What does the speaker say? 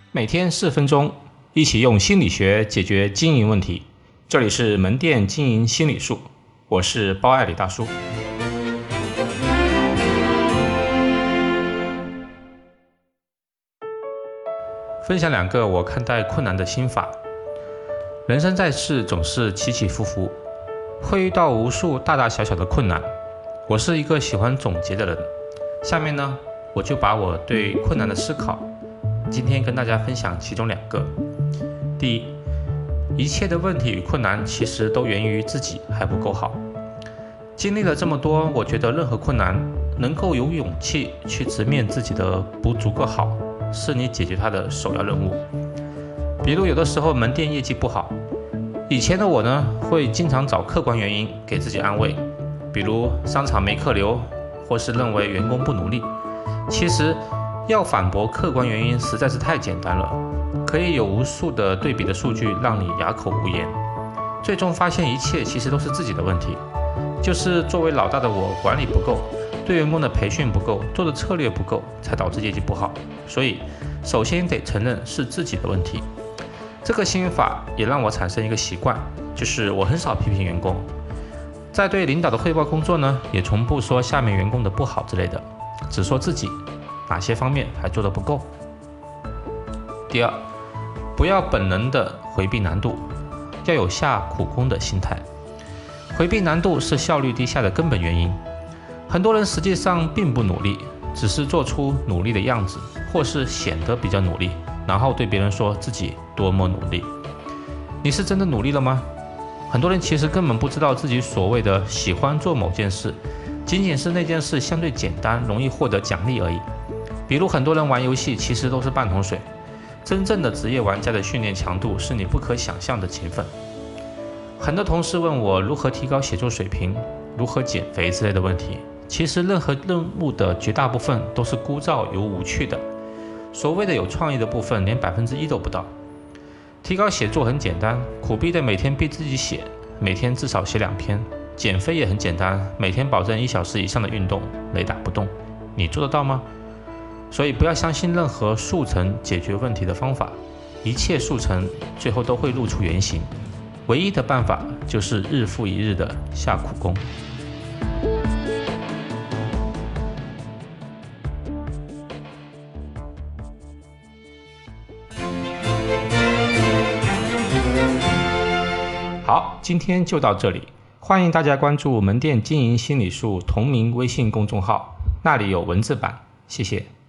每天4分钟，一起用心理学解决经营问题。这里是门店经营心理术，我是包爱理大叔。分享2个我看待困难的心法。人生在世总是起起伏伏，会遇到无数大大小小的困难。我是一个喜欢总结的人，下面呢，我就把我对困难的思考今天跟大家分享其中2个。第一，一切的问题与困难其实都源于自己还不够好。经历了这么多，我觉得任何困难能够有勇气去直面自己的不足够好，是你解决它的首要任务。比如有的时候门店业绩不好，以前的我呢，会经常找客观原因给自己安慰，比如商场没客流，或是认为员工不努力。其实要反驳客观原因实在是太简单了，可以有无数的对比的数据让你哑口无言。最终发现一切其实都是自己的问题，就是作为老大的我管理不够，对员工的培训不够，做的策略不够，才导致业绩不好。所以首先得承认是自己的问题。这个心法也让我产生一个习惯，就是我很少批评员工，在对领导的汇报工作呢，也从不说下面员工的不好之类的，只说自己哪些方面还做得不够。第二，不要本能的回避难度，要有下苦功的心态。回避难度是效率低下的根本原因。很多人实际上并不努力，只是做出努力的样子，或是显得比较努力，然后对别人说自己多么努力。你是真的努力了吗？很多人其实根本不知道自己所谓的喜欢做某件事，仅仅是那件事相对简单，容易获得奖励而已。比如很多人玩游戏其实都是半桶水，真正的职业玩家的训练强度是你不可想象的勤奋。很多同事问我如何提高写作水平，如何减肥之类的问题，其实任何任务的绝大部分都是枯燥又无趣的，所谓的有创意的部分连1%都不到。提高写作很简单，苦逼的每天逼自己写，每天至少写2篇。减肥也很简单，每天保证1小时以上的运动，雷打不动。你做得到吗？所以不要相信任何速成解决问题的方法，一切速成最后都会露出原形。唯一的办法就是日复一日的下苦功。好，今天就到这里，欢迎大家关注门店经营心理术同名微信公众号，那里有文字版，谢谢。